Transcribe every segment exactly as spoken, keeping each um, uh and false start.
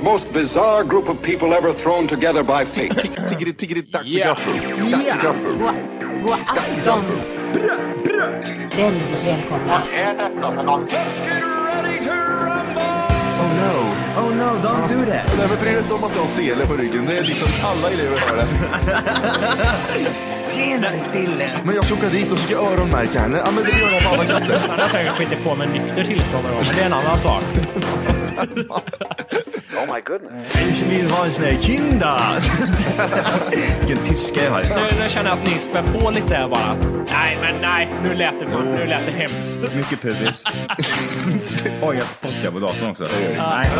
most bizarre group of people ever thrown together by fate. Tiggeri, tiggeri, dack för Yeah. gaffel. Dack för gaffel. God afton. Väldigt välkomna. Oh no. Oh no, don't do that. Nej, men bryr dig inte om att du har sele på ryggen. Det är liksom alla elever har det. Senare Dille. Men jag ska åka dit och ska öronmärka henne. Ja, men det gör jag på alla katter. Han har säkert skitit på med nykter tillstånd någon gång, men det är en annan sak. Oh my goodness. Ich vill ha en sån här kinda. Vilken tyska jag har. Nu, nu känner jag att ni spär på lite här bara. Nej, men nej, nu lät det, för, nu lät det hemskt. Mycket pubis. Oj, jag spottar på datorn också. Ja. Nej.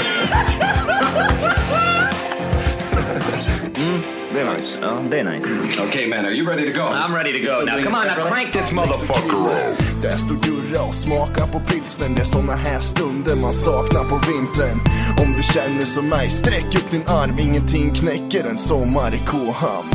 Det är nice. Ja, det är nice. Okay, man, are you ready to go? I'm ready to go. Now, come on, now crank this motherfucker. Där står Gurra och smakar på pilsnen. Det är såna här stunder man saknar på vintern. Om du känner som mig, sträck upp din arm. Ingenting knäcker en sommar i K-hamn.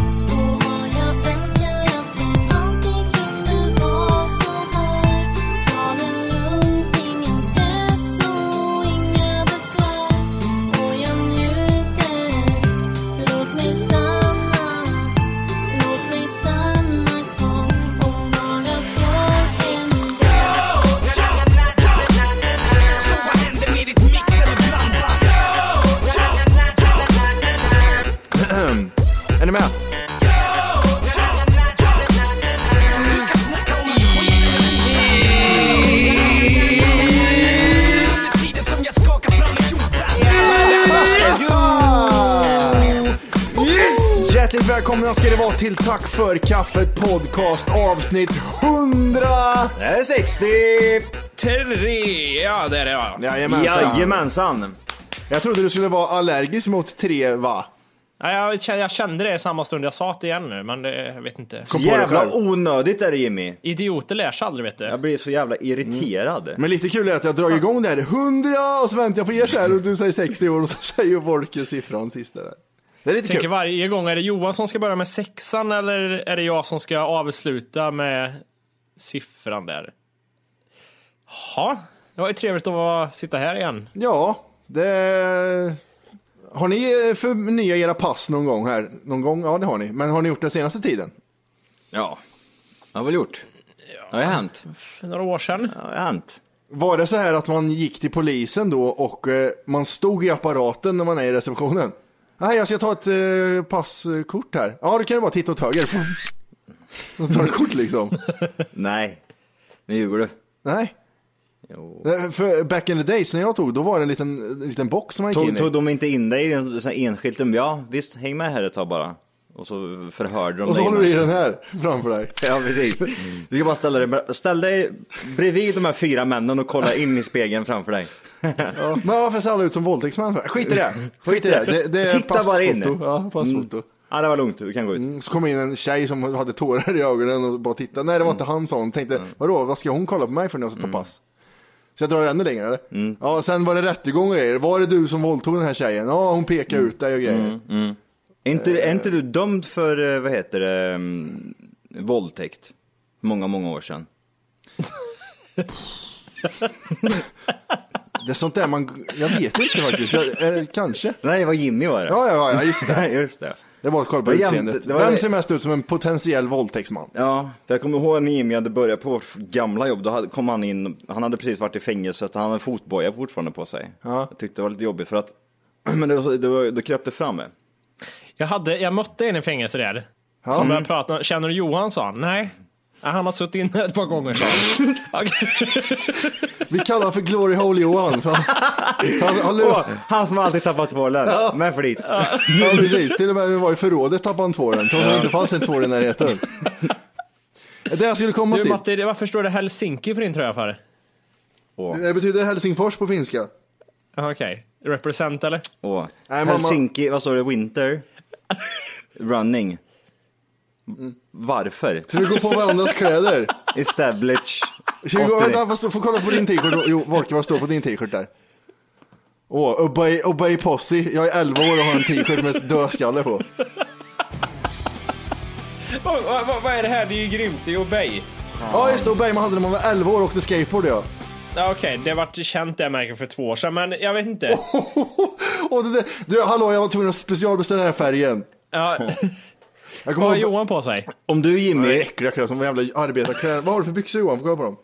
Är ni med? Yes! Hjärtligt välkomna ska det vara till Tack för kaffet podcast avsnitt hundra. Det är sextio. Tre, ja det är det ja. Jajamensan. Jajamensan. Jag trodde du skulle vara allergisk mot tre, va? Ja, jag, kände, jag kände det i samma stund jag sa det igen nu, men det, jag vet inte. Kom på det Jävla själv. onödigt är det, Jimmy. Idioter lär sig aldrig, vet du. Jag blir så jävla irriterad. Men lite kul är att jag drar igång det här hundra och så väntar jag på er så här och du säger sextio år och så säger Volker siffran sista där. Det är lite Tänker kul. varje gång, är det Johan som ska börja med sexan eller är det jag som ska avsluta med siffran där? Ja, det var ju trevligt att vara, sitta här igen. Ja, det... Har ni förnyat era pass någon gång här? Någon gång? Ja, det har ni. Men har ni gjort det senaste tiden? Ja, jag har väl gjort. Det har hänt. För några år sedan. Ja, det har hänt. Var det så här att man gick till polisen då och eh, man stod i apparaten när man är i receptionen? Nej, jag ska ta ett eh, passkort här. Ja, då kan du bara titta åt höger. Så tar du kort liksom. Nej, nu ljuger du. Nej. Jo. För back in the days när jag tog, då var det en liten, en liten box som man gick Tog, in i. tog de inte in dig i en sån här enskilt? Ja, visst, häng med här ett tag bara. Och så förhörde de Och så dig håller du i innan. den här framför dig. Ja, precis. Du kan bara ställa dig, ställ dig bredvid de här fyra männen och kolla in i spegeln framför dig. Ja. Men varför ser alla ut som våldtäktsmän? Skit i det. Skit i det. Det, det är Titta bara in. passfoto. Ja, passfoto. Mm. Ja, det var lugnt. Du kan gå ut. Mm, så kom in en tjej som hade tårar i ögonen och bara tittade. Nej, det var inte han, sa hon. Tänkte, vadå, vad ska hon kolla på mig för när jag ska ta pass? Så jag drar ännu längre, eller? Mm. Ja, sen var det rättegång och grejer. Var det du som våldtog den här tjejen? Ja, hon pekade mm. ut dig och grejer. Mm. Mm. Är, inte, är inte du dömd för, vad heter det, um, våldtäkt? Många, många år sedan. Det är sånt där man... Jag vet inte faktiskt. Jag, är, kanske. Nej, det var Jimmy var det. Ja, ja, ja, just det. just det. Det var att kolla på Det var utseendet. jämt- det var- Vem ser mest ut som en potentiell våldtäktsman? Ja, för jag kommer ihåg när Jimmy hade börjat på vårt gamla jobb. Då hade- kom han in, han hade precis varit i fängelset. Han hade fotboja fortfarande på sig. Ja. Jag tyckte det var lite jobbigt för att, men det var, det var, då kröp det fram med. Jag, hade, jag mötte en i fängelse där. Ja. Som började prata. Känner du Johan, sa han? Nej. Ja, han har suttit inne ett par gånger, sa han. Vi kallar honom för Glory Hole Johan. Han, han, han, Åh, han som alltid tappat tvålen. Ja. Med flit. ja, precis. Till och med när vi var i förrådet tappade han tvålen. Trots att det inte fanns en tvål i närheten. Det jag skulle komma Du till. Matti, varför står det Helsinki på din tröja för? Åh. Det betyder Helsingfors på finska. Okej. Okay. Represent, eller? Åh. Nej, mamma- Helsinki, vad står det? Winter? Running. Varför? Så vi går på varandras kläder. Establish. Ska vi gå, åttio. vänta, vad står, får kolla på din t-shirt. Jo, Volker, vad står på din t-shirt där? Åh, oh, obey, obey Posse. Jag är elva år och har en t-shirt med dödskalle på. Vad, vad, vad är det här? Det är ju grymt. Det är Obey. Ja, just det, Obey. Man hade när man var elva år och åkte skateboard, ja. Ja, okej, det vart känt det märket för två år sedan, men jag vet inte. Och det där, du, hallå, jag var tvungen att specialbeställa den här färgen. Ja. Jag Vad har ihåg- Johan på sig? Om du Det är Jimmy, äckliga kläder som jävla arbetarkläder. Vad har du för byxor Johan? Får jag kolla på dem?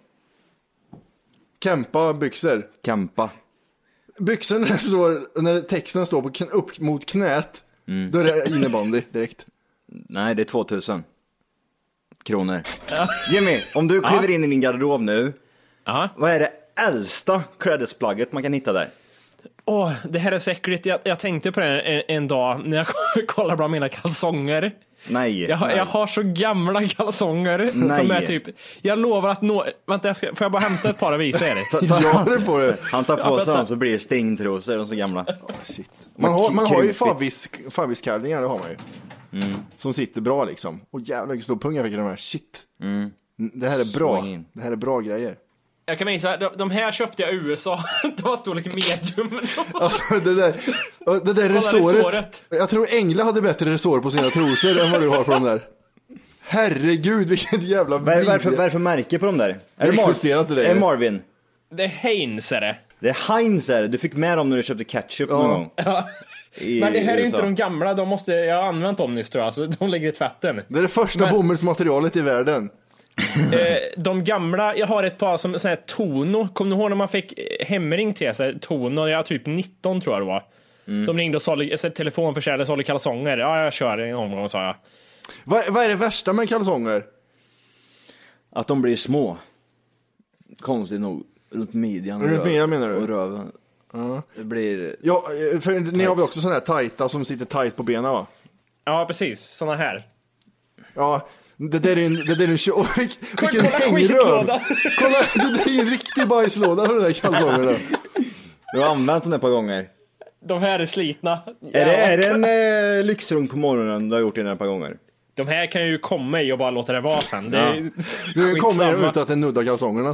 Kempa byxor. Kampa. Byxorna när, det står, när texten står på, kn- upp mot knät, mm. då är det innebandy direkt. Nej, det är tvåtusen kronor. Jimmy, om du kliver in i din garderob nu, Ja. vad är det äldsta Credits-plagget man kan hitta där? Åh, det här är så äckligt. Jag, jag tänkte på det en, en dag när jag kollade bland mina kalsonger. Nej. Jag, har- nej. jag har så gamla kalsonger Nej. som är typ, jag lovar att nå, vänta, jag ska, får jag bara hämta ett par och visa er? Ta- ta- Ja, det får du. Han tar på Ja, sig vänta. dem så blir det stringtrosor, de så gamla. Man har, man har ju Krympigt. Fabis-kallingar, det har man ju. Som sitter bra liksom. Och jävlar vilken stor pung jag fick i de här. Shit. Mm, Det här är bra. Swing in. Det här är bra grejer. Jag kan visa, de, de här köpte jag i U S A. Det var storlek medium. Alltså det där, det där Kolla resåret. resåret. Jag tror Engla hade bättre resår på sina trosor än vad du har på de där. Herregud, vilket jävla Vad är, vad, är för, vidrigt. vad är det för märke på dem där? Är Det Mar- existerar inte längre. Är det Marvin? Det är Heinz är det. Det är Heinz är det. Du fick med dem när du köpte ketchup någon gång. I Men det här är ju U S A. inte de gamla, de måste, jag har använt dem nyss tror jag, så de ligger i tvätten. Det är det första Men- bomullsmaterialet i världen. Eh, de gamla, jag har ett par som sån här Tono. Kommer ni ihåg när man fick eh, hemring till sig? Tono, jag var typ nitton tror jag det var. De ringde och sålde, jag telefonförsäljare, sålde kalsonger. Ja, jag kör en omgång, sa jag. Vad, vad är det värsta med kalsonger? Att de blir små. Konstigt nog. Runt midjan och, Runt röv- midjan menar du? och röven. Det blir... Ja, för ni har väl också sådana här tajta som sitter tajt på benen va? Ja, precis. Såna här. Ja, det där är en, det där är en tjo- vilk, vilken kolla hängröv. skitlåda. Kolla, det där är ju en riktig bajslåda för de där kalsongerna. Du har använt den ett par gånger. De här är slitna. Är det, är det en eh, lyxrung på morgonen du har gjort det ett par gånger? De här kan ju komma i och bara låta det vara sen. Det är ju Du kommer skitsamma. utan att det nuddar kalsongerna.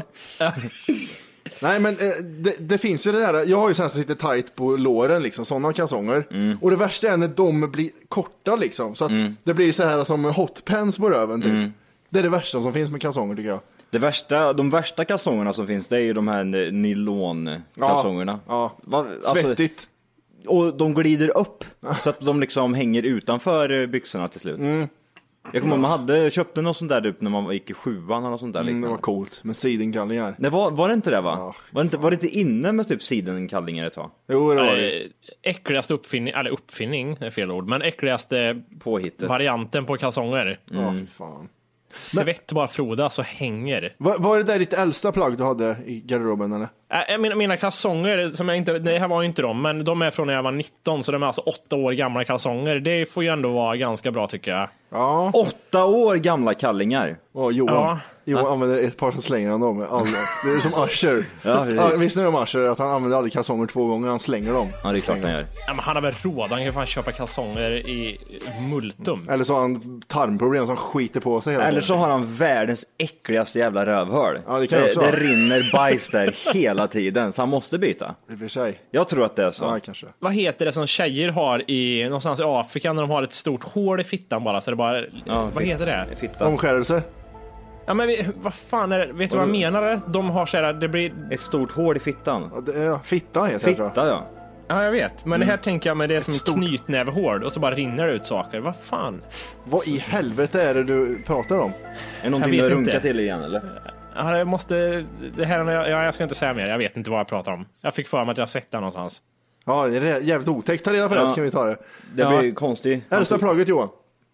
Nej men eh, det, det finns ju det där, jag har ju sen som sitter tajt på låren liksom, sådana kalsonger. Mm. Och det värsta är när de blir korta liksom, så att det blir så här som hotpants på röven typ. Mm. Det är det värsta som finns med kalsonger tycker jag. Det värsta, de värsta kalsongerna som finns, det är ju de här nylonkalsongerna. Ja, Va, alltså, svettigt. och de glider upp så att de liksom hänger utanför eh, byxorna till slut. Mm. Jag kommer ihåg man hade, köpte något sånt där typ när man gick i sjuan eller sånt där. Mm, det liknande. var coolt med sidenkallingar. Det var, var det inte det va? Ja. Var, det inte, var det inte inne med typ sidenkallingar ett tag? Jo det var det. Eh, äckligaste uppfinning, eller uppfinning är fel ord, men äckligaste Påhittet. varianten på kalsonger. Ja, fy fan. Svett bara frodas och hänger. Var, var det där ditt äldsta plagg du hade i garderoben eller? Äh, mina, mina kalsonger, som jag inte, det här var ju inte de, men de är från när jag var nitton, så de är alltså åtta år gamla kalsonger. Det får ju ändå vara ganska bra tycker jag. Ja. Åtta år gamla kallingar. Och Johan, Ja. Johan använder ett par som slänger han dem. Alla. Det är som Usher. Ja, precis. Ja, visst är det om Usher att han använder aldrig kalsonger två gånger, han slänger dem. Ja, det är klart han gör. Ja, men han har väl råd, han kan fan köpa kalsonger i multum. Eller så har han tarmproblem som han skiter på sig hela Eller tiden. så har han världens äckligaste jävla rövhål. Ja, det kan det, också det vara. rinner bajs där hela tiden, så han måste byta. I och för sig. Jag tror att det är så. Ja, kanske. Vad heter det som tjejer har i någonstans i Afrika när de har ett stort hål i fittan bara, så det bara, Ja, vad heter det? Fitta. Omskärelse. Ja men vi- vad fan är det? Vet du vad jag menar? De har så här, det blir, Ett stort hål i fittan. Ja, det är, fitta heter det tror jag. Fitta, ja. ja jag vet, men det här tänker jag med det är som ett stort- knytnävehål och så bara rinner det ut saker. Vad fan? Vad i helvete är det du pratar om? Är det någonting Jag du vet runkar inte. till igen eller? Ja, jag måste, det här, ja, jag ska inte säga mer, jag vet inte vad jag pratar om. Jag fick för mig att jag sett det någonstans. Ja, det är jävligt otäckt. Ta reda på det Ja. så kan vi ta det. Det Ja. blir konstigt. Äldsta plagget Johan.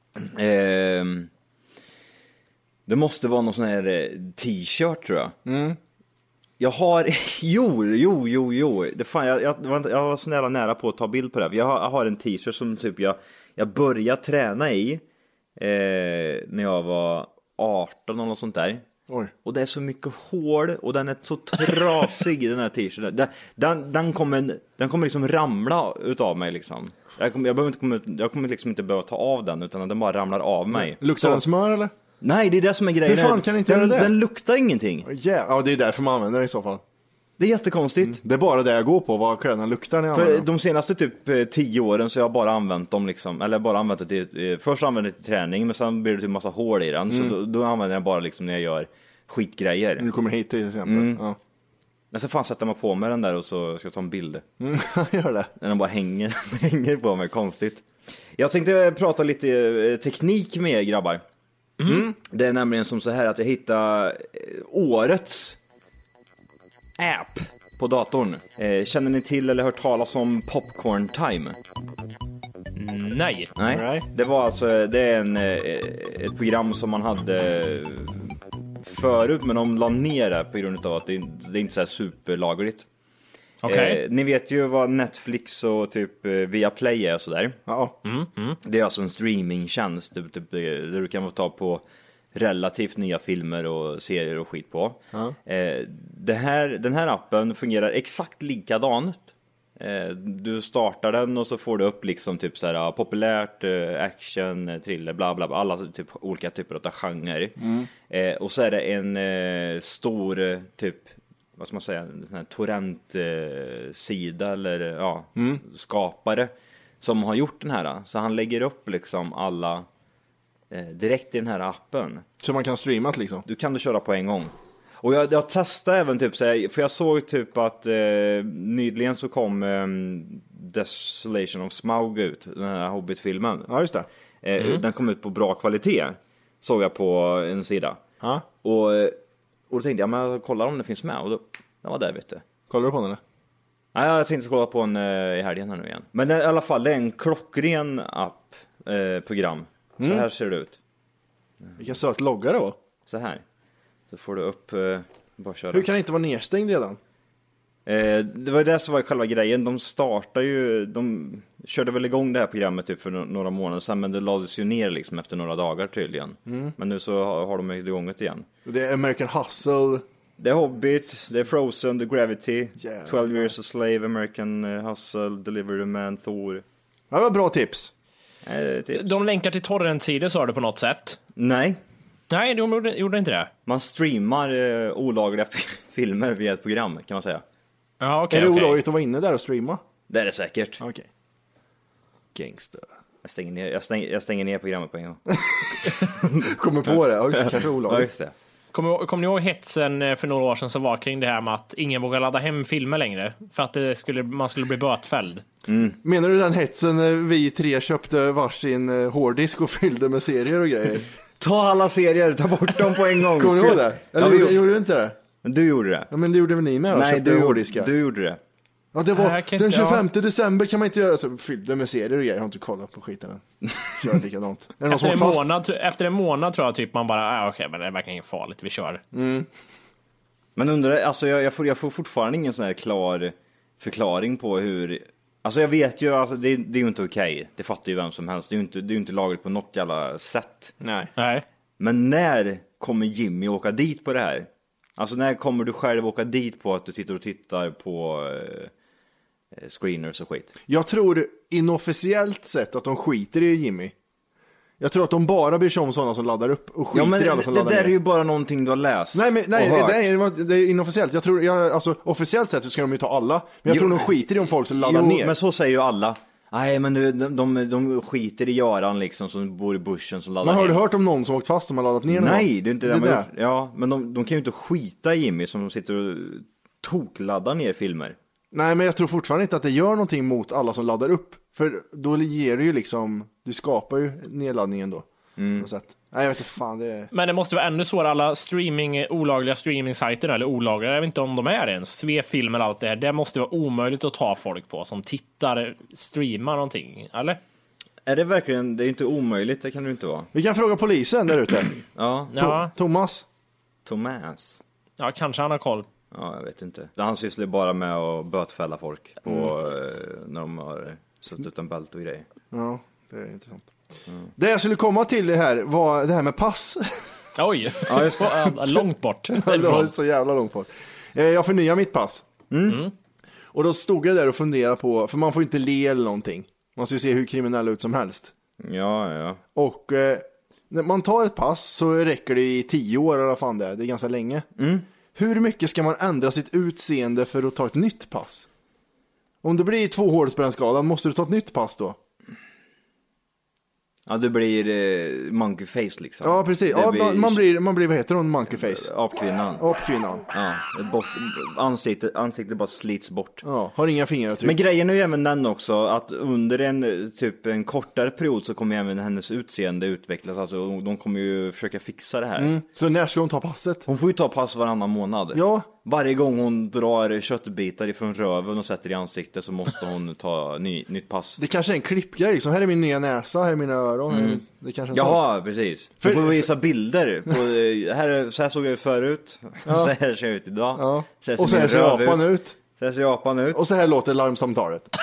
Ehm, det måste vara någon sån här eh, t-shirt tror jag. Mm. Jag har, jo, jo, jo, jo. Det fan, jag, jag, var inte- jag var så nära, nära på att ta bild på det här. Jag har, jag har en t-shirt som typ jag, jag började träna i eh, när jag var arton eller något sånt där. Oj. Och det är så mycket hål och den är så trasig den här t-shirten. Den, den, den, kommer, den kommer liksom ramla utav mig liksom. Jag kommer, jag behöver inte komma ut, jag kommer liksom inte behöva ta av den utan den bara ramlar av mig. Luktar Så- den smör eller? Nej, det är det som är grejen. Hur fan kan det inte den, göra det? Den luktar ingenting. Yeah. Ja, det är därför man använder det i så fall. Det är jättekonstigt. Det är bara det jag går på, vad kläderna luktar när jag använder För dem. de senaste typ eh, tio åren så har jag bara använt dem liksom, eller bara använt det till, eh, först använde jag det till träning men sen blir det typ massa hål i den. Mm. Så då, då använder jag bara liksom när jag gör skitgrejer. Nu kommer hit till exempel. Mm. Ja. Jag ska fan sätta mig på med den där och så ska jag ta en bild. Mm, gör det. Den bara hänger, hänger på mig, konstigt. Jag tänkte prata lite teknik med er grabbar. Mm. Det är nämligen som så här att jag hittade årets app på datorn. Känner ni till eller hört talas om Popcorn Time? Nej. Nej, Nej. det var alltså, det är en, ett program som man hade förut, men de la ner det på grund av att det, det är inte så här superlagligt. Okay. Eh, ni vet ju vad Netflix och typ eh, Viaplay är och sådär. Ja. Mm, mm. Det är alltså en streamingtjänst typ, typ, där du kan ta på relativt nya filmer och serier och skit på. Ja. Eh, det här, den här appen fungerar exakt likadant. Eh, du startar den och så får du upp liksom typ så här populärt, eh, action, thriller, bla bla bla, alla typ olika typer av genrer. Mm. Eh, och så är det en eh, stor eh, typ, vad ska man säga, en sån här torrentsida eh, eller ja, mm. skapare som har gjort den här. Så han lägger upp liksom alla eh, direkt i den här appen. Så man kan streama liksom? Du kan du köra på en gång. Och jag, jag testade även typ, så här, för jag såg typ att eh, nyligen så kom eh, Desolation of Smaug ut, den här Hobbit-filmen. Ja, just det. Eh, Mm. Den kom ut på bra kvalitet, såg jag på en sida. Ja. Och, och då tänkte jag, men jag kollar om det finns med. Och då, den var där, vet du. Kollar du på den eller? Nej, jag tänkte kolla på en eh, i helgen här nu igen. Men i alla fall, det är en klockren app, eh, program. Så Mm. här ser det ut. Vilken söt logga då? Så här. Så får du upp, eh, bara köra. Hur kan det inte vara nedstängd redan? Eh, det var det som var själva grejen. De startade ju, de körde väl igång det här programmet typ för några månader sedan, men det lades ju ner liksom efter några dagar tydligen. Mm. Men nu så har, har de igång det igen. Det är American Hustle. Det är Hobbit, det är Frozen, The Gravity, Jävlar. twelve years a Slave, American Hustle, Deliver the Man, Thor. Ja, det var bra tips. Eh, tips. De länkar till torrentsidor sa du på något sätt. Nej, Nej, de gjorde, gjorde inte det. man streamar eh, olagliga filmer via ett program kan man säga. Ja, okej. Är det okej. olagligt att vara inne där och streama? Det är det säkert. Okej. Gangster. Jag stänger ner, jag stänger, jag stänger ner programmet på en gång. Kommer på det. Oj, kanske Ja, olagligt. just det. Kommer kom ni ihåg hetsen för några år sedan som var kring det här med att ingen vågar ladda hem filmer längre? För att det skulle, man skulle bli bötfälld. Menar du den hetsen när vi tre köpte varsin eh, hårddisk och fyllde med serier och grejer? Ta alla serier, ta bort dem på en gång. Kommer du ihåg det? Eller Ja, vi- gjorde, gjorde du inte det? Men du gjorde det. Ja, men det gjorde väl ni med? Nej, köpte du, gjorde- hårddiskar. du gjorde det. Ja, det Nej, var jag kan den inte- ja. tjugofemte december kan man inte göra så. Fyllde med serier och grejer. Jag har inte kollat på skiten än. Kör likadant. Är det någon som Efter en, åkt fast? månad, efter en månad tror jag typ man bara, ah, okej, men det är verkligen inget farligt, vi kör. Men undrar, alltså jag, jag, får, jag får fortfarande ingen sån här klar förklaring på hur... Alltså jag vet ju, alltså det, det är ju inte okej. Det fattar ju vem som helst. Det är ju inte, det är ju inte lagligt på något jävla sätt. Nej. Nej. Men när kommer Jimmy åka dit på det här? Alltså när kommer du själv åka dit på att du sitter och tittar på eh, screeners och skit? Jag tror inofficiellt sett att de skiter i Jimmy. Jag tror att de bara bryr sig om sådana som laddar upp och skiter Ja, men i alla som det laddar där ner. är ju bara någonting du har läst Nej, men, nej och hört. det, är, det är inofficiellt. Jag tror, jag, alltså, officiellt sett så ska de ju ta alla. Men jag Jo. tror de skiter i om folk som laddar Jo, ner. men så säger ju alla. Nej, men nu, de, de, de skiter i Göran liksom som bor i bushen som laddar Men har ner. du hört om någon som åkt fast som har laddat ner någon? Nej, det är inte det, det man där. gjort. Ja, men de, de kan ju inte skita i Jimmy som sitter och tokladdar ner filmer. Nej, men jag tror fortfarande inte att det gör någonting mot alla som laddar upp. För då ger du ju liksom, du skapar ju nedladdningen då. Mm. På något sätt. Nej, jag vet inte fan det är... Men det måste vara ännu svårare, alla streaming, olagliga streamingsajter eller olagliga, jag vet inte om de är ens, Svefilm eller allt det här, det måste vara omöjligt att ta folk på som tittar, streamar någonting, eller? Är det verkligen, det är ju inte omöjligt, det kan det inte vara. Vi kan fråga polisen där ute. Ja, Ja, Thomas. Thomas. ja, kanske han har koll. Ja, jag vet inte. Han sysslar bara med att bötfälla folk på, eh, när de har suttit utan bälte och grejer. Ja, det är intressant. Det jag skulle komma till det här var det här med pass. Oj, Ja, just det. långt bort. Det var så jävla långt bort. Eh, Jag förnyade mitt pass. Mm. Och då stod jag där och funderade på, för man får inte le eller någonting. Man ska ju se hur kriminell ut som helst. Ja, ja. Och eh, när man tar ett pass så räcker det i tio år eller vad fan det är. Det är ganska länge. Hur mycket ska man ändra sitt utseende för att ta ett nytt pass? Om det blir två hålsbrännskadan, måste du ta ett nytt pass då? Ja, du blir eh, monkey face liksom. Ja, precis. Det Ja, blir- man blir, man blir, vad heter hon, monkey face? Apkvinnan. Apkvinnan. Ja, bort, ansiktet, ansiktet bara slits bort. Ja, har inga fingeravtryck. Men grejen är ju även den också, att under en typ en kortare period så kommer ju även hennes utseende utvecklas. Alltså de kommer ju försöka fixa det här. Mm. Så när ska hon ta passet? Hon får ju ta pass varannan månad. Ja. Varje gång hon drar köttbitar ifrån röven och sätter i ansiktet så måste hon ta ny, nytt pass. Det kanske är en klippgrej liksom. Här är min nya näsa, här är mina öron. Här är min... Det kanske är en sån. Jaha, precis. För- Du får visa bilder. På, eh, här, så här såg jag ut förut. Så här ser jag ut idag. Ja. Så här Och så här min ser röv apan ut. Så här ser apan ut. Och så här låter larmsamtalet.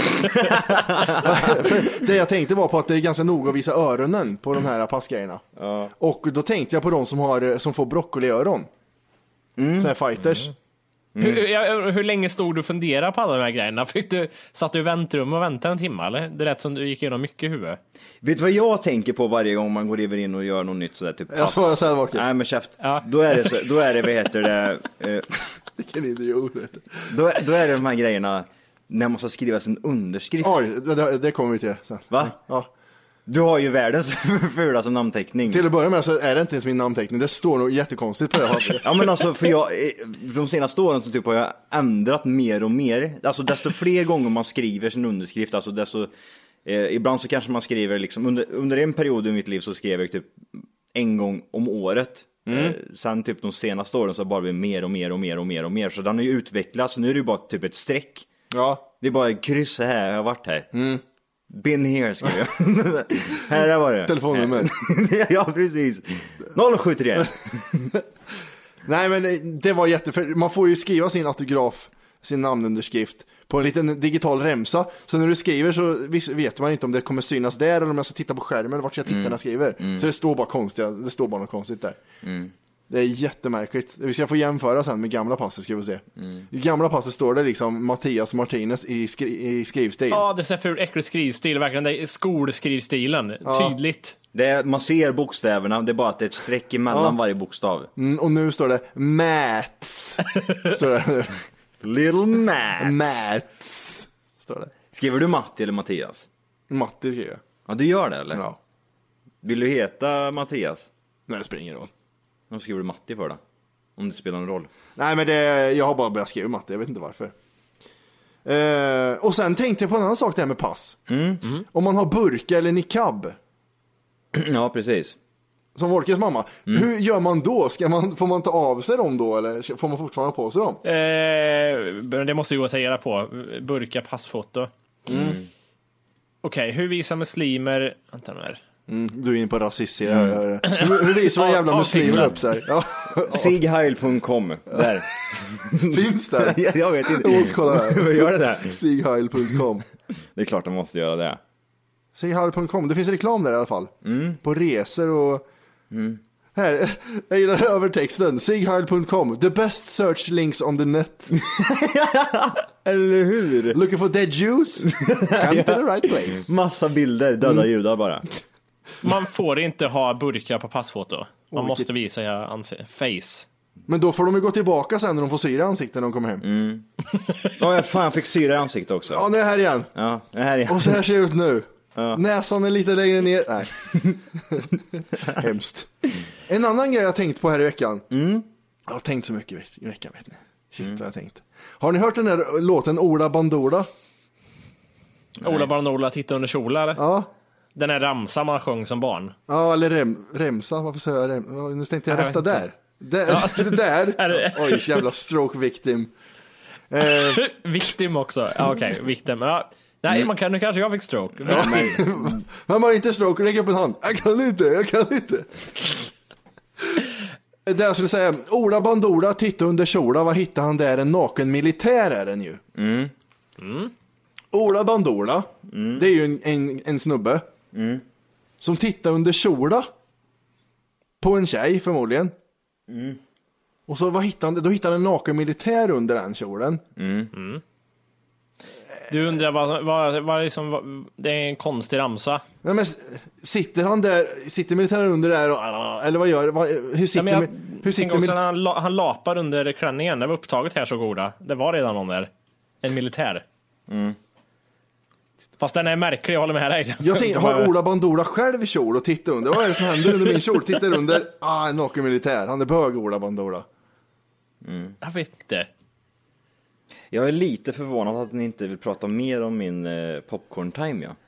För det jag tänkte var på att det är ganska noga att visa öronen på de här passgrejerna. Ja. Och då tänkte jag på de som, har, som får broccoliöron. Mm. Så här fighters. Hur, hur, hur länge stod du och funderade på alla de här grejerna? Fick du, satt du i väntrum och väntade en timme eller? Det lät som du gick igenom mycket i huvudet. Vet du vad jag tänker på varje gång man går in och gör något nytt sådär typ pass? Jag svarar så här, Walker. Nej men käft. Ja. Då är det så, då är det, vad heter det? Eh, Vilken idiot. vet du. då, då är det de här grejerna när man ska skriva sin underskrift. Oj, det, det kommer vi till sen. Va? Ja. Du har ju världens fulaste namnteckning. Till att börja med så är det inte ens min namnteckning. Det står nog jättekonstigt på det. Ja men alltså för jag, de senaste åren så typ har jag ändrat mer och mer. Alltså desto fler gånger man skriver sin underskrift, alltså desto, eh, ibland så kanske man skriver liksom, under, under en period i mitt liv så skrev jag typ en gång om året. Mm. Eh, sen typ de senaste åren så har det bara blivit mer och mer och mer och mer och mer. Så den har ju utvecklats, nu är det ju bara typ ett streck. Ja. Det är bara kryss här, jag har varit här. Mm. Been here ska jag. Här var det. Telefonnummer. Ja precis. noll sju tre. Nej men det var jätte... Man får ju skriva sin autograf, sin namnunderskrift på en liten digital remsa. Så när du skriver så vet man inte om det kommer synas där eller om jag ska titta på skärmen eller vart jag tittarna mm. skriver. Mm. Så det står bara konstigt, det står bara något konstigt där. Mm. Det är jättemärkligt. Vi ska få jämföra sen med gamla passet ska vi se. Mm. I gamla passet står det liksom Mattias Martinez i, skri- i skrivstil. Ja, det ser för äcklig skrivstil, verkligen det är skolskrivstilen, ja. Tydligt. Det är, man ser bokstäverna, det är bara att det är ett streck emellan ja. varje bokstav. Mm, och nu står det Mats. Står det nu. Little Mats. Mats. Står det. Skriver du Matti eller Mattias? Matti skriver jag. Ja, du gör det eller? Ja. Vill du heta Mattias? Nej, det spelar ingen roll. Då skriver du Matti för det. Om det spelar någon roll. Nej, men det, jag har bara börjat skriva Matti, jag vet inte varför. Uh, och sen tänkte jag på en annan sak där med pass. Mm. Mm. Om man har burka eller niqab. Ja, precis. Som Wolkes mamma. Mm. Hur gör man då? Ska man, får man ta av sig dem då? Eller får man fortfarande ha på sig dem? Eh, det måste ju gå att ta reda på. Burka, passfoto. Mm. Mm. Okej, okay, hur visar muslimer... Vänta nu här. Mm, du är inne på rasism. Mm. Hur, hur visar de jävla muslimer upp sig? Ja. Sigheil punkt com. Där. Finns det? jag, jag vet inte. Jag måste kolla där. Gör det där? Sigheil punkt com. Det är klart de måste göra det. Sigheil punkt com. Det finns reklam där i alla fall. Mm. På resor och... Mm. Här, jag gillar övertexten. Sigheil punkt com. The best search links on the net. Eller hur? Looking for dead Jews? Come to the right place. Massa bilder, döda mm. judar bara. Man får inte ha burkar på passfoto. Man oh, måste visa jag anse- face. Men då får de ju gå tillbaka sen när de får syra i ansiktet när de kommer hem. Mm. Ja, jag fan fick syra i ansiktet också. Ja, nu är jag här igen. Ja, jag är här igen. Och så här ser det ut nu. Ja. Näsan är lite längre ner. Nej. Hemskt. En annan grej jag har tänkt på här i veckan. Mm. Jag har tänkt så mycket i veckan, vet ni. Shit mm. vad jag har tänkt. Har ni hört den där låten Ola Bandora? Ola Bandora, titta under kjolar? Ja. Den är ramsa man sjöng som barn. Ja, eller rem, remsa. Varför säger jag rem? Nu tänkte jag, jag rätta där. Där, ja. Det där. Oj, jävla stroke victim. Eh. Victim också. Ja, okej, okay. Victim. Ja. Nej, mm. man kan, nu kanske jag fick stroke. Ja, men man har inte stroke, lägg upp en hand. Jag kan inte, jag kan inte. Det jag skulle säga, Ola Bandora, titta under kjola, vad hittar han där? En naken militär är den ju. Mm. Mm. Ola Bandora, mm. det är ju en, en, en snubbe mm. som tittar under kjola på en tjej förmodligen. Mm. Och så vad hittar han? Då hittar han en naken militär under den kjolen. Mm. Mm. Du undrar vad, vad, vad liksom, vad, det är en konstig ramsa. Nej, men sitter han där, sitter militären under där och, eller vad gör vad, hur sitter ja, jag, hur sitter militär... han, han lapar under klänningen. Det var upptaget här så goda. Det var redan någon där. En militär. Mm. Fast den är märklig, jag håller med dig. Jag tänkte, har Ola Bandora själv kjol och titta under? Vad är det som händer under min kjol? Tittar under, ah, en naken militär. Han är bög, Ola Bandora. Mm. Jag vet inte. Jag är lite förvånad att ni inte vill prata mer om min eh, popcorn time, ja.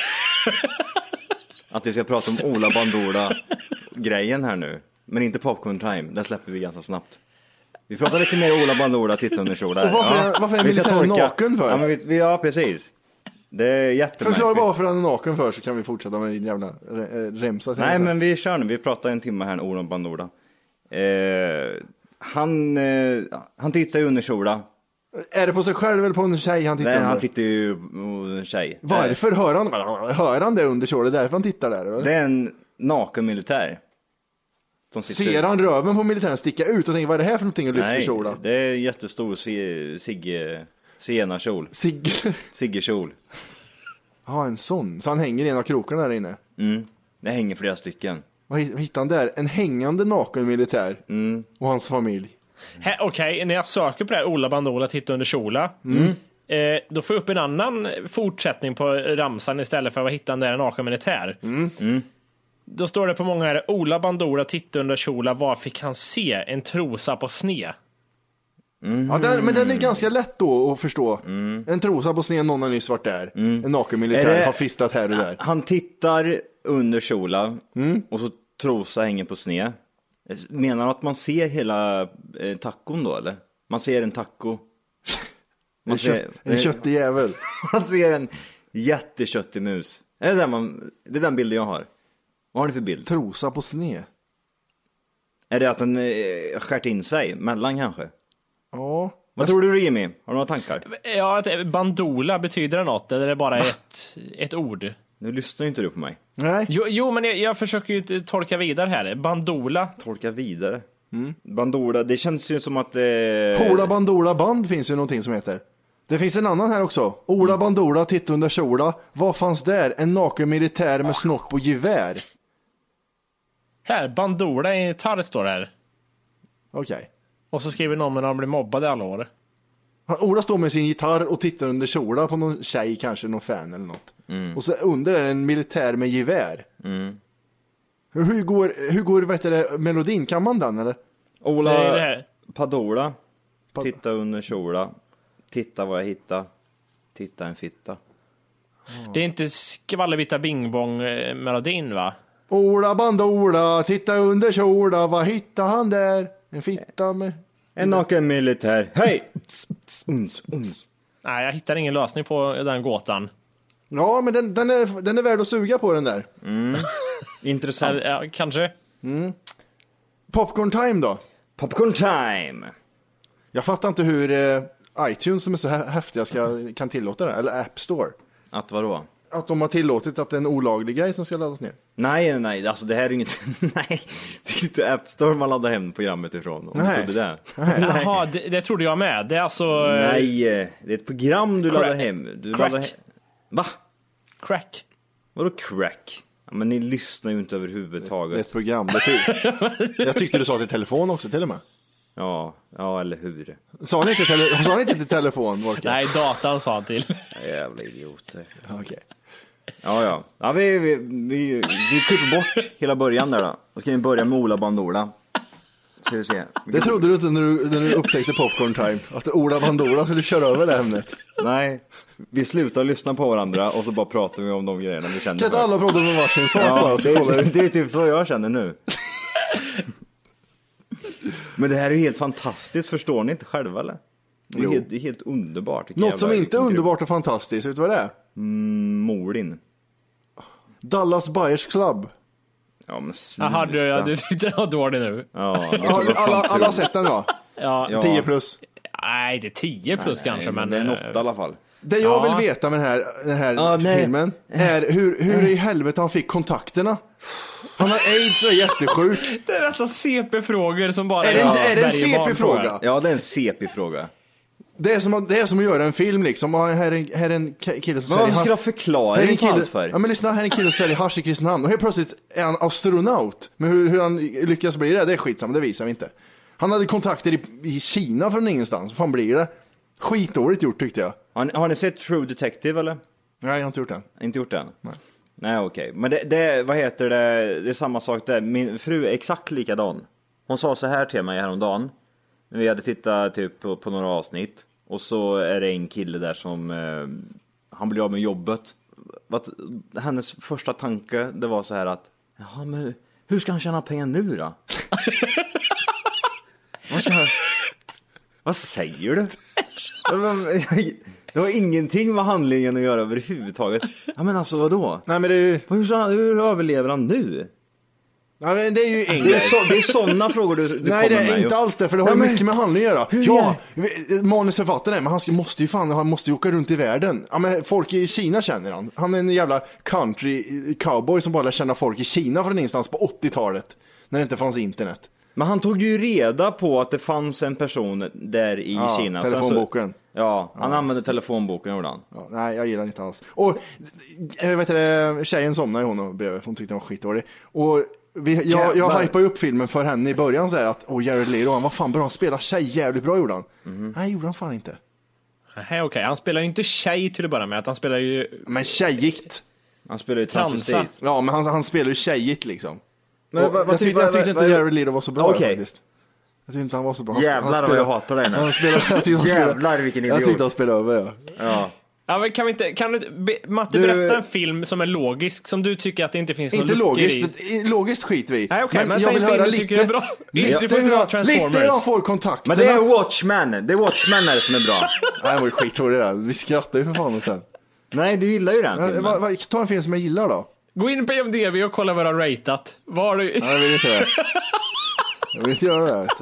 Att vi ska prata om Ola Bandora-grejen här nu. Men inte popcorn time, den släpper vi ganska snabbt. Vi pratar lite mer Ola Bandora, titta under kjolar. Och varför, ja. är, varför är militären naken för? Ja, men vi, ja, precis. Det är jättemärkligt. Förklara bara varför han är naken för, så kan vi fortsätta med din jävla remsa. Nej, men vi kör nu. Vi pratar en timme här, Ola Bandora. Eh, han, eh, han tittar ju under kjolar. Är det på sig själv eller på en tjej han tittar Nej, under? han tittar ju på en tjej. Varför hör han, hör han det under kjolen? Det är därför han tittar där, eller? Det är en naken militär. Som ser han röven på militären sticka ut och tänker, vad är det här för någonting att lyfta kjola? Nej, det är en jättestor Sigge Siena-kjol. Sigge? Sigge-kjol. Ja, en sån. Så han hänger i en av krokarna där inne? Mm, det hänger flera stycken. Vad hittar han där? En hängande naken militär. Mm. Och hans familj. Okej, okay, när jag söker på det här Ola Bandora, titta under kjola. Mm. Eh, då får jag upp en annan fortsättning på ramsan istället för att hitta den där en naken militär. Mm. Mm. Då står det på många här, Ola Bandora, titta under kjola, vad fick han se? En trosa på sne. Mm. Ja, den, men den är ganska lätt då att förstå. Mm. En trosa på sned, någon har nyss varit där. Mm. En naken militär det... har fistat här och där. Han tittar under kjola mm. och så trosa hänger på sned. Menar han att man ser hela eh, tacon då, eller? Man ser en taco. Man en, ser, kött, en köttig jävel. Man ser en jätteköttig mus. Är det, där man, det är den bilden jag har. Vad har ni för bild? Trosa på sned. Är det att den eh, skärt in sig mellan kanske? Ja. Vad tror du, Jimmy? Har du några tankar? Ja, att bandola, betyder det något? Eller är det bara ett, ett ord? Nu lyssnar ju inte du på mig. Nej. Jo, jo men jag, jag försöker ju tolka vidare här. Bandola. Tolka vidare? Mm. Bandola, det känns ju som att... Eh... Ola Bandora band finns ju någonting som heter. Det finns en annan här också. Ola mm. Bandora, titta under kjola. Vad fanns där? En naken militär med snopp och gevär. Här, Bandola i gitarr står det här. Okej. Okay. Och så skriver någon när de blir mobbade alla år. Ola står med sin gitarr och tittar under kjola på någon tjej, kanske någon fan eller något. Mm. Och så under är en militär med gevär. Mm. Hur, hur går, hur går vet du, melodin? Kan man den eller? Ola det är det här. Padola. Pad- Titta under kjola. Titta vad jag hittar. Titta en fitta. Det är inte skvallervita bingbong-melodin, va? Ola Bandora, titta under kjola. Vad hittar han där? En fitta med... En naken militär. Hej! Nej, jag hittar ingen lösning på den gåtan. Ja, men den, den, är, den är värd att suga på den där. Mm. Intressant. Ja, kanske. Mm. Popcorn time då? Popcorn time! Jag fattar inte hur eh, iTunes som är så häftiga ska, kan tillåta det. Eller App Store. Att vadå? Att de har tillåtit att det är en olaglig grej som ska laddas ner. Nej, nej, alltså det här är inget... Nej, det är inte App Store man laddar hem programmet ifrån. Om Nej. du trodde det. Nej. Jaha, det, det trodde jag med. Det är alltså... Nej, det är ett program du Crack. laddar hem. Du Crack. laddar he- Va? Crack. Vadå crack? Ja, men ni lyssnar ju inte Det är överhuvudtaget. ett program. Det ty- jag tyckte du sa till telefon också till och med. Ja, ja, eller hur? Sa ni inte, tele- sa ni inte till telefon, Morken? Nej, datan sa till. Jävla idioter. Okej. Ja, ja. Ja, vi, vi, vi, vi klipper bort hela början där då. Då ska vi börja med Ola Bandora. Ska vi se. Det trodde du inte när du, när du upptäckte Popcorn Time. Att Ola Bandora skulle köra över det ämnet. Nej, vi slutar lyssna på varandra och så bara pratar vi om de grejerna vi känner Kan inte för. alla prata med varsin sak bara? Ja, Så kollar det, vi. det är typ så jag känner nu. Men det här är ju helt fantastiskt, förstår ni inte själva eller? Det är, Jo. helt, det är helt underbart. Vilken Något som jävla- inte är underbart och fantastiskt, vet du vad det är? Mm, Molin. Dallas Buyers Club. Ja, men sluta. Jaha, du, ja, du tyckte det var dålig nu. Ja, det Alla, var fan alla, tur. alla har sett den va? Ja, Ja. tio plus. nej, inte tio plus kanske, men... Det är en eh, åtta i alla fall. Det jag Ja. vill veta med den här, den här Ah, nej. filmen är hur, hur i helvete han fick kontakterna. Han har aids och är jättesjuk. Det är alltså C P-frågor som bara... Är det en, Ja, är det en Sverige barn C P-fråga? frågar. Ja, det är en C P-fråga. Det är, som att, det är som att göra en film liksom. Och här är en, här är en ki- kille som Men varför säljer ska du ha hasch. Här är förklaring en på allt kille, för? ja, men lyssna, här är en kille som säljer hasch i Kristinehamn. Och helt plötsligt är han astronaut. Men hur, hur han lyckas bli det, det är skitsamma, det visar vi inte. Han hade kontakter i, i Kina från ingenstans. Vad fan blir det? Skitdåligt gjort tyckte jag. Har ni, har ni sett True Detective eller? Nej, jag har inte gjort den. Inte gjort den? Nej. Nej, okej. Okay. Men det, det, vad heter det, det är samma sak där. Min fru är exakt likadan. Hon sa så här till mig häromdagen. Vi hade tittat typ på, på några avsnitt. Och så är det en kille där som, eh, han blir av med jobbet. Vad, hennes första tanke, det var så här att, jaha, men hur ska han tjäna pengar nu då? Vad ska han... Vad säger du? Det var ingenting med handlingen att göra överhuvudtaget. Ja, men alltså vadå? Nej, men det är ju... Hur, hur överlever han nu? Ja, men det är ju det är, så, det är sådana frågor du, du Nej, det är med, inte ju. alls det, för det har ja, men... mycket med handling att göra. Hur Ja, manusförfattaren, men han ska, måste ju fan, han måste ju åka runt i världen. Ja, men folk i Kina känner han. Han är en jävla country cowboy som bara lär känna folk i Kina från instans på åttiotalet. När det inte fanns internet. Men han tog ju reda på att det fanns en person där i ja, Kina. telefonboken. Så, ja, han ja. använde telefonboken, gjorde han. Ja, nej, jag gillar inte alls. Och jag vet inte, tjejen somnade ju hon och bredvid. Hon tyckte den var skitdålig. Och vi, jag, jag hypade upp filmen för henne i början så här att åh, Jared Leto, han var fan bra, han spelar tjej jävligt bra, gjorde han. Mm. Nej, gjorde han fan inte. Nej, okej, okay. Han spelar ju inte tjej till att börja med, att han spelar ju... Men tjejigt. Han spelar ju transvestit. Ja, men han, han spelar ju tjejigt liksom. Men, och, vad, jag, tyckte, jag tyckte vad, inte Jared Leto var så bra okay. faktiskt. Jag tyckte inte han var så bra. Han, jävlar han vad jag hatar dig nu. Han spelade, jag tyckte han jävlar spelade, vilken idiot. Jag tyckte han spelade över, ja. Ja. Ja, men kan vi inte, kan du, be, Matte, du, berätta en film som är logisk, som du tycker att det inte finns inte någon logiskt, i. logiskt skit vi. Nej, okej, okay, men, men jag vill höra lite. Tycker är bra. Lite, lite, du får dra Transformers. Lite de får kontakt. Men det är Watchmen, det är Watchmen är som är bra. Nej, det var ju skithårig där. Vi skrattar ju för fan åt den. Nej, du gillar ju den filmen. Va, va, ta en film som jag gillar då. Gå in på I M D B och kolla vad du har ratat. Vad har du? Nej, jag vill inte det. Jag vill inte göra det här, vet du.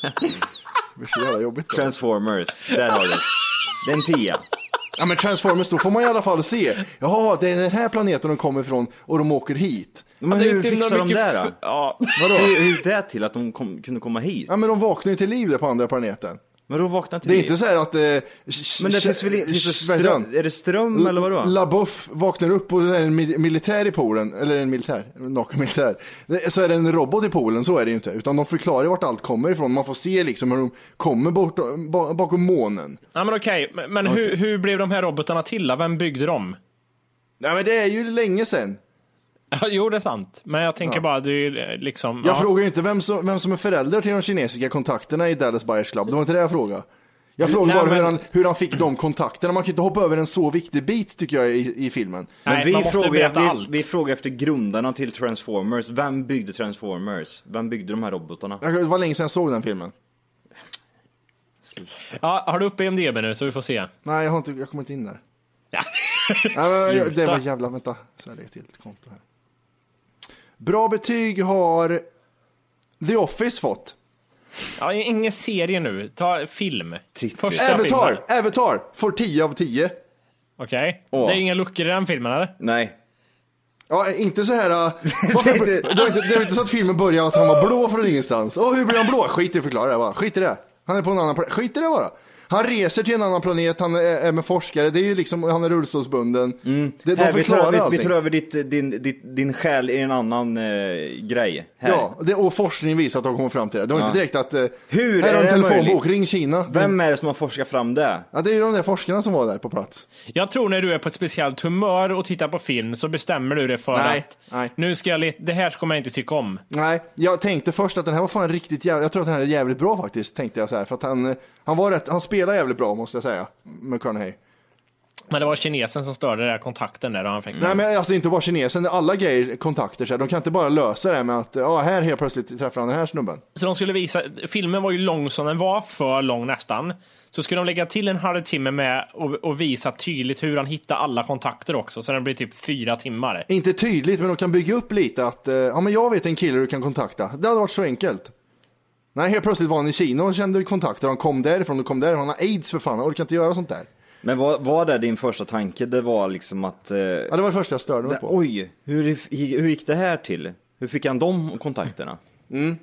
Det blir så jävla jobbigt då. Transformers, där har du. Den tia. Ja, men Transformers, då får man i alla fall se. Jaha, det är den här planeten de kommer ifrån och de åker hit. Men ja, hur fixar de det då? F- ja. Vadå? Hur, hur är det till att de kom, kunde komma hit? Ja, men de vaknar ju till liv där på andra planeten. Men då vaknar till Det är liv. inte så här att... Eh, men det finns väl finns det ström, är det ström eller vadå? LaBeouf vaknar upp och det är en militär i poolen. Eller en militär, en militär. Så är det en robot i poolen, så är det ju inte. Utan de förklarar vart allt kommer ifrån. Man får se liksom hur de kommer bort, bakom månen. Ja, men okej. Okay. Men, men okay. Hur, hur blev de här robotarna till? Vem byggde dem? Ja, men det är ju länge sedan. Ja, jo, det är sant. Men jag tänker ja. bara, du liksom... Jag ja. frågar ju inte vem som, vem som är förälder till de kinesiska kontakterna i Dallas Buyers Club. Det var inte det jag frågade. Jag frågar bara men... hur, han, hur han fick de kontakterna. Man kan inte hoppa över en så viktig bit, tycker jag, i, i filmen. Men Nej, vi, man måste frågar, vi, allt. vi frågar efter grundarna till Transformers. Vem byggde Transformers? Vem byggde de här robotarna? Det var länge sedan jag såg den filmen. Ja, har du uppe I M D B nu så vi får se? Nej, jag, har inte, jag kommer inte in där. Ja. Nej, men, det var jävla, vänta. Så jag lägger till ett konto här. Bra betyg har The Office fått. Ja, ingen serie nu. Ta film. Första Avatar, filmen. Avatar får tio av tio. Okej. Okay. Det är inga luckor i den filmen, eller? Nej. Ja, inte så här... Varför, det, var inte, det var inte så att filmen började att han var blå från ingenstans. Åh, hur blir han blå? Skit i att förklara det bara. Skit i det. Han är på en annan planet. Skit i det bara. Han reser till en annan planet, han är med forskare. Det är ju liksom, han är rullstolsbunden. Mm. Det, här, de vi, tar, vi, vi tar över ditt, din, ditt, din själ i en annan eh, grej. Här. Ja, det, och forskningen visar att de kommer fram till det. Det var ja. inte direkt att... Eh, Hur här är har en telefonbok, möjligt? ring Kina. Vem är det som har forskat fram det? Ja, det är ju de där forskarna som var där på plats. Jag tror när du är på ett speciellt humör och tittar på film så bestämmer du det för nej, att nej. nu ska jag leta, det här kommer jag inte tycka om. Nej, jag tänkte först att den här var fan riktigt jävligt, jag tror att den här är jävligt bra faktiskt, tänkte jag så här, för att han, han var rätt, han spelar jävligt bra måste jag säga, McConaughey. Men det var kinesen som störde den här kontakten där och han fick... Nej, men alltså inte bara kinesen, alla grejer kontakter så här. De kan inte bara lösa det med att ja, här helt plötsligt träffar han den här snubben. Så de skulle visa, filmen var ju lång som den var, för lång nästan. Så skulle de lägga till en halvtimme med och, och visa tydligt hur han hittar alla kontakter också, så den blir typ fyra timmar. Inte tydligt, men de kan bygga upp lite att ja, men jag vet en kille du kan kontakta. Det hade varit så enkelt. Nej, helt plötsligt var han i Kina och kände kontakter, han kom därifrån och kom där, han har aids för fan, han orkar inte göra sånt där. Men vad var det din första tanke? Det var liksom att... Eh, ja, det var det första jag störde mig på. Oj, hur, hur gick det här till? Hur fick han de kontakterna? Mm.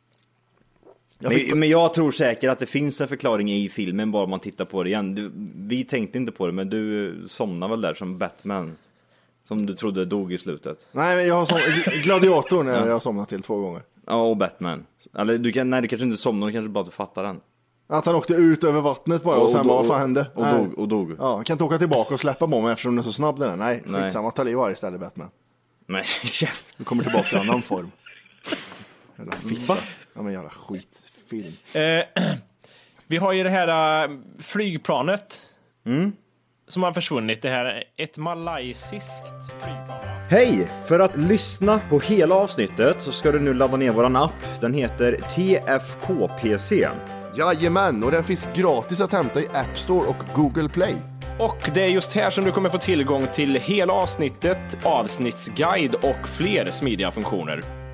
Jag fick... Men, men jag tror säkert att det finns en förklaring i filmen bara man tittar på det igen. Du, vi tänkte inte på det, men du somnade väl där som Batman? Som du trodde dog i slutet. Nej, men jag har som... Gladiatorn när jag har somnat till två gånger. Ja, och Batman. Eller du kan, nej, du kanske inte somnar, du kanske bara inte fattar den. Att han åkte ut över vattnet bara och, och sen bara, vad fan hände? Och dog, och dog. Ja, kan inte åka tillbaka och släppa bomben eftersom den är så snabb den är. Nej, Nej. skitsamma, ta liv av istället Batman. Nej, chef. Du kommer tillbaka i annan form. Jävla fitta. Ja men jävla skitfilm. Eh, vi har ju det här uh, flygplanet. Mm. Som har försvunnit. Det här, ett malaysiskt flygplan. Hej! För att lyssna på hela avsnittet så ska du nu ladda ner våran app. Den heter T F K P C. Jajamän, och den finns gratis att hämta i App Store och Google Play. Och det är just här som du kommer få tillgång till hela avsnittet, avsnittsguide och fler smidiga funktioner.